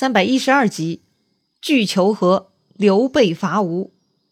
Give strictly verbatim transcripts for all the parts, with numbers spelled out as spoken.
三百一十二集，拒求和，刘备伐吴。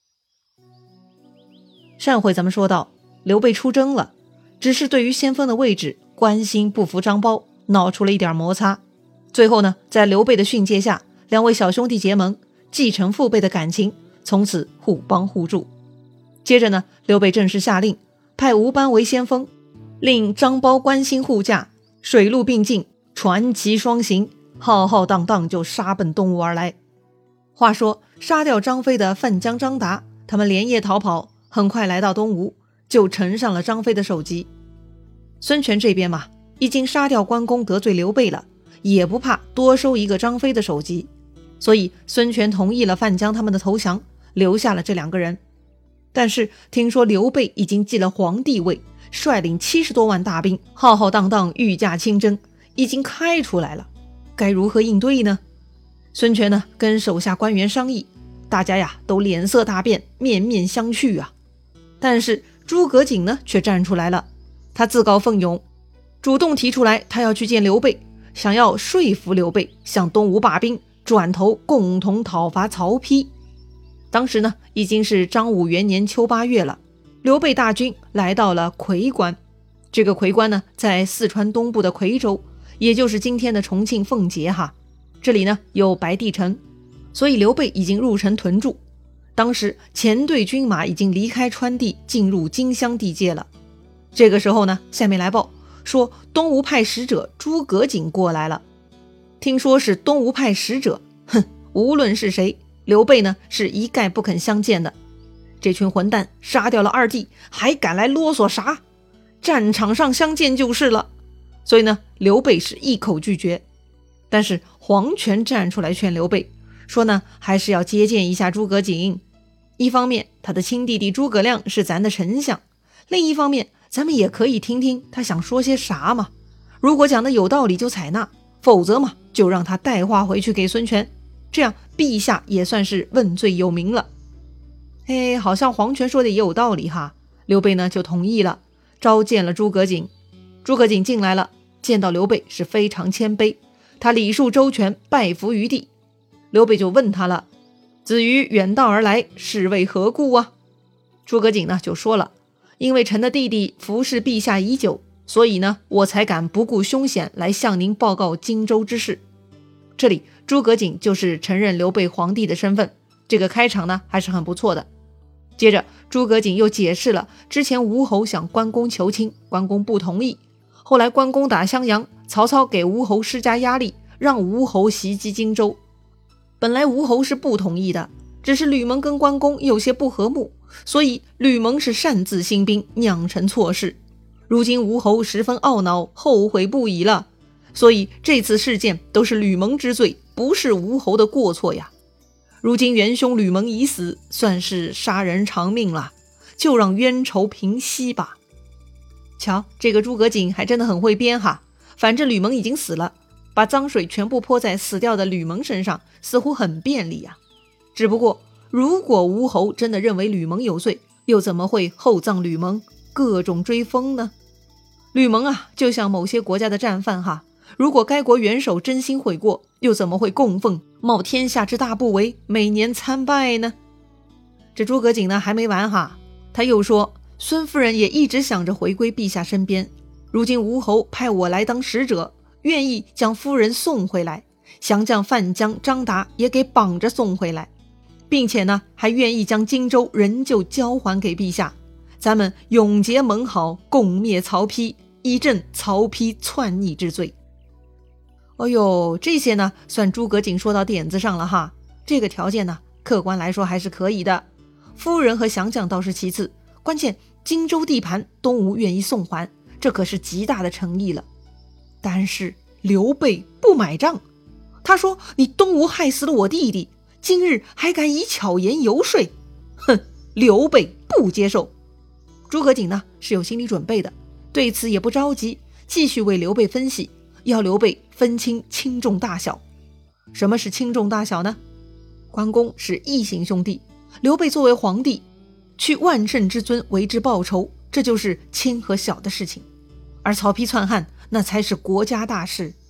上回咱们说到，刘备出征了，只是对于先锋的位置关心不服张苞，闹出了一点摩擦。最后呢，在刘备的训诫下，两位小兄弟结盟，继承父辈的感情，从此互帮互助。接着呢，刘备正式下令，派吴班为先锋，令张苞关心护驾，水陆并进，传奇双行，浩浩荡荡就杀奔东吴而来。话说杀掉张飞的范江、张达，他们连夜逃跑，很快来到东吴，就呈上了张飞的首级。孙权这边嘛，已经杀掉关公得罪刘备了，也不怕多收一个张飞的首级，所以孙权同意了范江他们的投降，留下了这两个人。但是听说刘备已经继了皇帝位，率领七十多万大兵，浩浩荡荡御驾亲征，已经开出来了，该如何应对呢？孙权呢，跟手下官员商议，大家呀都脸色大变，面面相觑啊。但是诸葛瑾呢却站出来了，他自告奋勇，主动提出来他要去见刘备，想要说服刘备向东吴罢兵，转头共同讨伐曹丕。当时呢已经是张武元年秋八月了，刘备大军来到了夔关。这个夔关呢在四川东部的夔州，也就是今天的重庆奉节哈。这里呢有白帝城，所以刘备已经入城屯驻。当时前队军马已经离开川地，进入荆襄地界了。这个时候呢，下面来报说东吴派使者诸葛瑾过来了。听说是东吴派使者，哼，无论是谁，刘备呢是一概不肯相见的。这群混蛋杀掉了二弟，还敢来啰嗦啥？战场上相见就是了。所以呢，刘备是一口拒绝。但是黄权站出来劝刘备，说呢还是要接见一下诸葛瑾。一方面他的亲弟弟诸葛亮是咱的丞相，另一方面咱们也可以听听他想说些啥嘛。如果讲的有道理就采纳，否则嘛就让他带话回去给孙权，这样陛下也算是问罪有名了。哎，好像黄权说的也有道理哈。刘备呢就同意了，召见了诸葛瑾。诸葛瑾进来了，见到刘备是非常谦卑，他礼数周全，拜服于地。刘备就问他了，子瑜远道而来，是为何故啊？诸葛瑾呢就说了，因为臣的弟弟服侍陛下已久，所以呢我才敢不顾凶险来向您报告荆州之事。这里诸葛瑾就是承认刘备皇帝的身份，这个开场呢还是很不错的。接着诸葛瑾又解释了之前吴侯向关公求亲，关公不同意，后来关公打襄阳，曹操给吴侯施加压力，让吴侯袭击荆州。本来吴侯是不同意的，只是吕蒙跟关公有些不和睦，所以吕蒙是擅自兴兵，酿成错事。如今吴侯十分懊恼，后悔不已了，所以这次事件都是吕蒙之罪，不是吴侯的过错呀。如今元凶吕蒙已死，算是杀人偿命了，就让冤仇平息吧。瞧，这个诸葛瑾还真的很会编哈，反正吕蒙已经死了，把脏水全部泼在死掉的吕蒙身上，似乎很便利呀。只不过如果吴侯真的认为吕蒙有罪，又怎么会厚葬吕蒙，各种追封呢？吕蒙啊，就像某些国家的战犯哈，如果该国元首真心悔过，又怎么会供奉冒天下之大不韪，每年参拜呢？这诸葛瑾呢还没完哈，他又说孙夫人也一直想着回归陛下身边，如今吴侯派我来当使者，愿意将夫人送回来，降将范江、张达也给绑着送回来，并且呢还愿意将荆州仍旧交还给陛下，咱们永结盟好，共灭曹丕，以正曹丕篡逆之罪。哎呦，这些呢算诸葛瑾说到点子上了哈。这个条件呢客观来说还是可以的，夫人和降将倒是其次，关键荆州地盘东吴愿意送还，这可是极大的诚意了。但是刘备不买账，他说你东吴害死了我弟弟，今日还敢以巧言游说，哼，刘备不接受。诸葛瑾呢是有心理准备的，对此也不着急，继续为刘备分析，要刘备分清轻重大小。什么是轻重大小呢？关公是异姓兄弟，刘备作为皇帝，去万圣之尊为之报仇，这就是轻和小的事情。而曹丕篡汉那才是国家大事，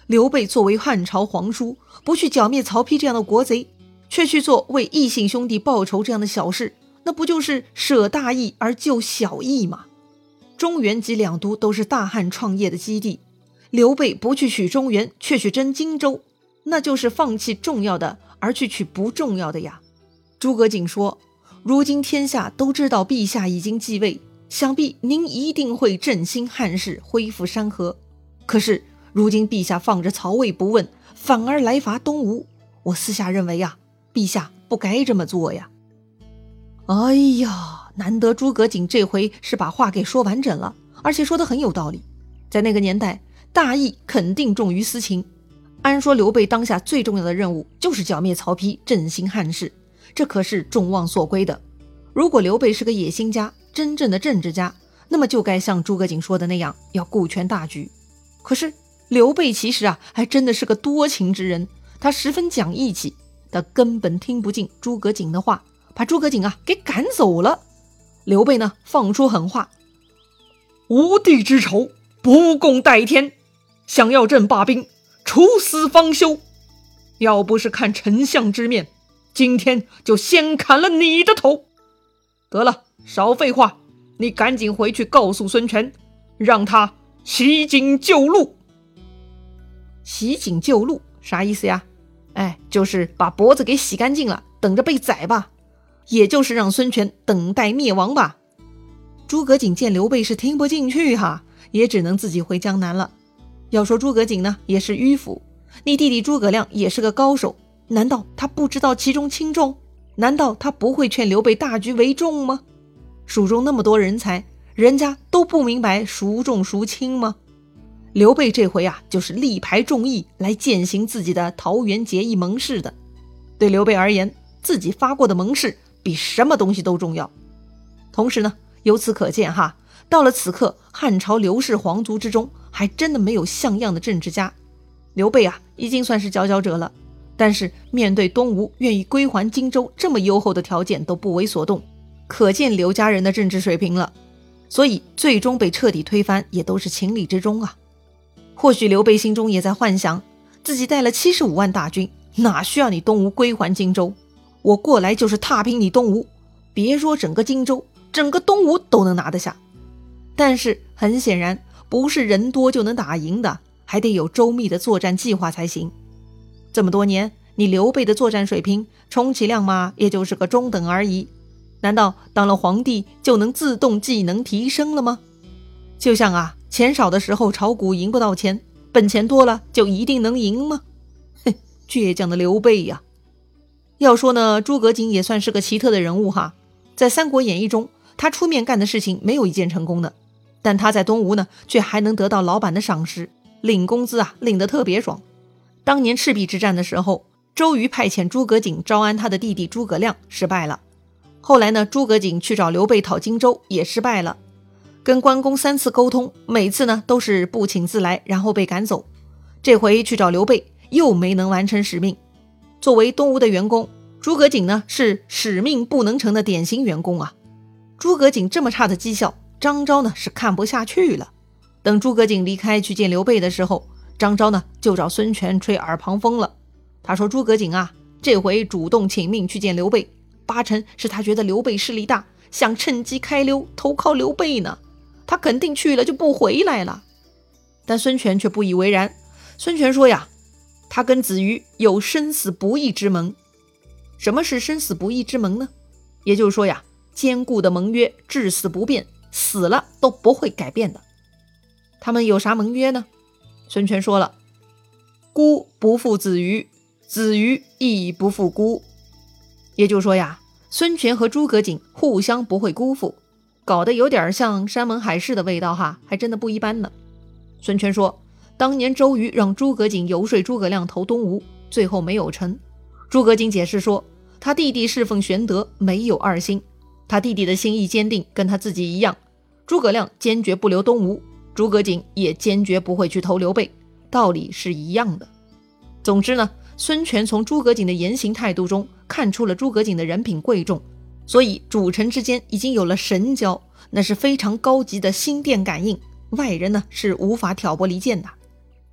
刘备作为汉朝皇叔，不去剿灭曹丕这样的国贼，却去做为异姓兄弟报仇这样的小事，那不就是舍大义而救小义吗？中原及两都都是大汉创业的基地，刘备不去取中原，却去争荆州，那就是放弃重要的而去取不重要的呀。诸葛瑾说，如今天下都知道陛下已经继位，想必您一定会振兴汉室，恢复山河。可是如今陛下放着曹魏不问，反而来伐东吴，我私下认为呀，陛下不该这么做呀。哎呀，难得诸葛瑾这回是把话给说完整了，而且说得很有道理。在那个年代，大义肯定重于私情。按说刘备当下最重要的任务就是剿灭曹丕，振兴汉室，这可是众望所归的。如果刘备是个野心家，真正的政治家，那么就该像诸葛瑾说的那样，要顾全大局。可是刘备其实啊，还真的是个多情之人，他十分讲义气，他根本听不进诸葛瑾的话，把诸葛瑾啊给赶走了。刘备呢，放出狠话：无地之仇，不共戴天，想要朕罢兵，处死方休。要不是看丞相之面，今天就先砍了你的头。得了，少废话，你赶紧回去告诉孙权，让他洗井救路。洗井救路啥意思呀？哎，就是把脖子给洗干净了，等着被宰吧，也就是让孙权等待灭亡吧。诸葛瑾见刘备是听不进去哈，也只能自己回江南了。要说诸葛瑾呢，也是迂腐，你弟弟诸葛亮也是个高手，难道他不知道其中轻重？难道他不会劝刘备大局为重吗？蜀中那么多人才，人家都不明白孰重孰轻吗？刘备这回啊，就是力排众议来践行自己的桃园结义盟誓的。对刘备而言，自己发过的盟誓比什么东西都重要。同时呢，由此可见哈，到了此刻，汉朝刘氏皇族之中还真的没有像样的政治家。刘备啊，已经算是佼佼者了，但是面对东吴愿意归还荆州这么优厚的条件都不为所动，可见刘家人的政治水平了。所以最终被彻底推翻也都是情理之中啊。或许刘备心中也在幻想，自己带了七十五万大军，哪需要你东吴归还荆州？我过来就是踏平你东吴，别说整个荆州，整个东吴都能拿得下。但是很显然，不是人多就能打赢的，还得有周密的作战计划才行。这么多年，你刘备的作战水平充其量嘛，也就是个中等而已。难道当了皇帝就能自动技能提升了吗？就像啊，钱少的时候炒股赢不到钱，本钱多了就一定能赢吗？哼，倔强的刘备呀！要说呢，诸葛瑾也算是个奇特的人物哈。在《三国演义》中，他出面干的事情没有一件成功的，但他在东吴呢，却还能得到老板的赏识，领工资啊，领得特别爽。当年赤壁之战的时候，周瑜派遣诸葛瑾招安他的弟弟诸葛亮，失败了。后来呢，诸葛瑾去找刘备讨荆州，也失败了。跟关公三次沟通，每次呢都是不请自来，然后被赶走。这回去找刘备，又没能完成使命。作为东吴的员工，诸葛瑾呢是使命不能成的典型员工啊。诸葛瑾这么差的绩效，张昭呢是看不下去了。等诸葛瑾离开去见刘备的时候，张昭呢就找孙权吹耳旁风了。他说诸葛瑾啊，这回主动请命去见刘备，八成是他觉得刘备势力大，想趁机开溜投靠刘备呢。他肯定去了就不回来了。但孙权却不以为然。孙权说呀，他跟子瑜有生死不义之盟。什么是生死不义之盟呢？也就是说呀，坚固的盟约，至死不变，死了都不会改变的。他们有啥盟约呢？孙权说了，孤不负子瑜，子瑜亦不负孤。也就是说呀，孙权和诸葛瑾互相不会辜负，搞得有点像山盟海誓的味道哈，还真的不一般呢。孙权说，当年周瑜让诸葛瑾游说诸葛亮投东吴，最后没有成。诸葛瑾解释说，他弟弟侍奉玄德，没有二心，他弟弟的心意坚定，跟他自己一样。诸葛亮坚决不留东吴，诸葛瑾也坚决不会去投刘备，道理是一样的。总之呢，孙权从诸葛瑾的言行态度中看出了诸葛瑾的人品贵重，所以主臣之间已经有了神交，那是非常高级的心电感应，外人呢是无法挑拨离间的。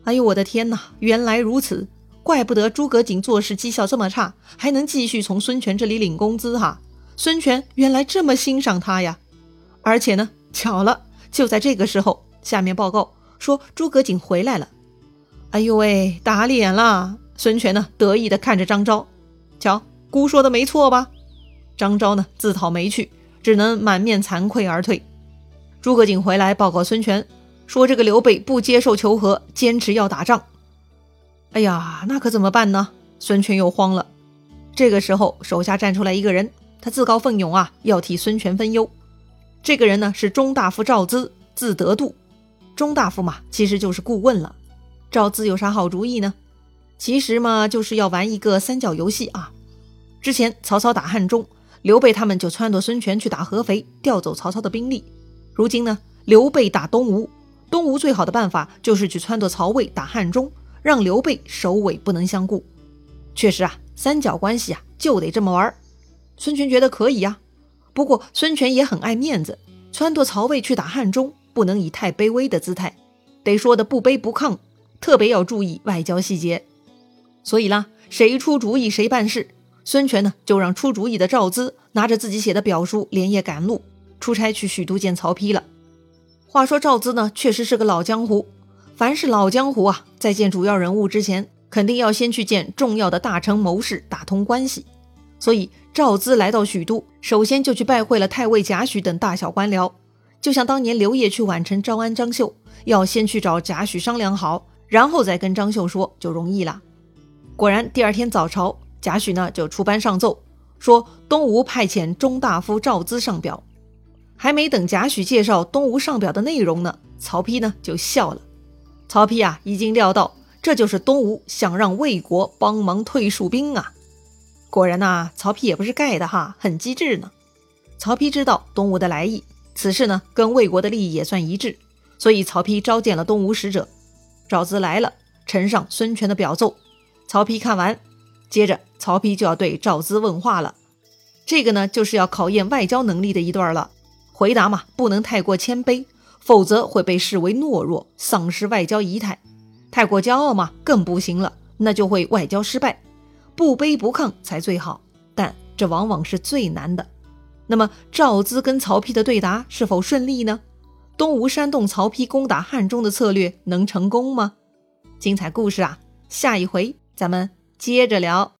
哎呦我的天哪，原来如此，怪不得诸葛瑾做事绩效这么差，还能继续从孙权这里领工资哈。孙权原来这么欣赏他呀。而且呢，巧了，就在这个时候，下面报告说诸葛瑾回来了。哎呦喂，打脸了。孙权呢，得意地看着张昭，瞧，姑说的没错吧？张昭呢，自讨没趣，只能满面惭愧而退。诸葛瑾回来报告孙权，说这个刘备不接受求和，坚持要打仗。哎呀，那可怎么办呢？孙权又慌了。这个时候，手下站出来一个人，他自告奋勇啊，要替孙权分忧。这个人呢，是中大夫赵咨，字德度。中大夫嘛，其实就是顾问了。赵咨有啥好主意呢？其实嘛，就是要玩一个三角游戏啊。之前曹操打汉中，刘备他们就撺掇孙权去打合肥，调走曹操的兵力。如今呢，刘备打东吴，东吴最好的办法就是去撺掇曹魏打汉中，让刘备首尾不能相顾。确实啊，三角关系啊，就得这么玩。孙权觉得可以啊，不过孙权也很爱面子，撺掇曹魏去打汉中，不能以太卑微的姿态，得说的不卑不亢，特别要注意外交细节。所以啦，谁出主意谁办事。孙权呢，就让出主意的赵咨拿着自己写的表书，连夜赶路，出差去许都见曹丕了。话说赵咨呢，确实是个老江湖，凡是老江湖啊，在见主要人物之前，肯定要先去见重要的大臣谋士，打通关系。所以赵咨来到许都，首先就去拜会了太尉贾诩等大小官僚。就像当年刘烨去宛城招安张绣，要先去找贾诩商量好，然后再跟张绣说，就容易了。果然第二天早朝，贾诩呢就出班上奏，说东吴派遣中大夫赵咨上表。还没等贾诩介绍东吴上表的内容呢，曹丕呢就笑了。曹丕啊，已经料到这就是东吴想让魏国帮忙退蜀兵啊。果然啊，曹丕也不是盖的哈，很机智呢。曹丕知道东吴的来意，此事呢跟魏国的利益也算一致，所以曹丕召见了东吴使者。赵咨来了，呈上孙权的表奏。曹丕看完，接着曹丕就要对赵咨问话了。这个呢，就是要考验外交能力的一段了。回答嘛，不能太过谦卑，否则会被视为懦弱，丧失外交仪态。太过骄傲嘛，更不行了，那就会外交失败。不卑不亢才最好，但这往往是最难的。那么赵咨跟曹丕的对答是否顺利呢？东吴煽动曹丕攻打汉中的策略能成功吗？精彩故事啊，下一回咱们接着聊。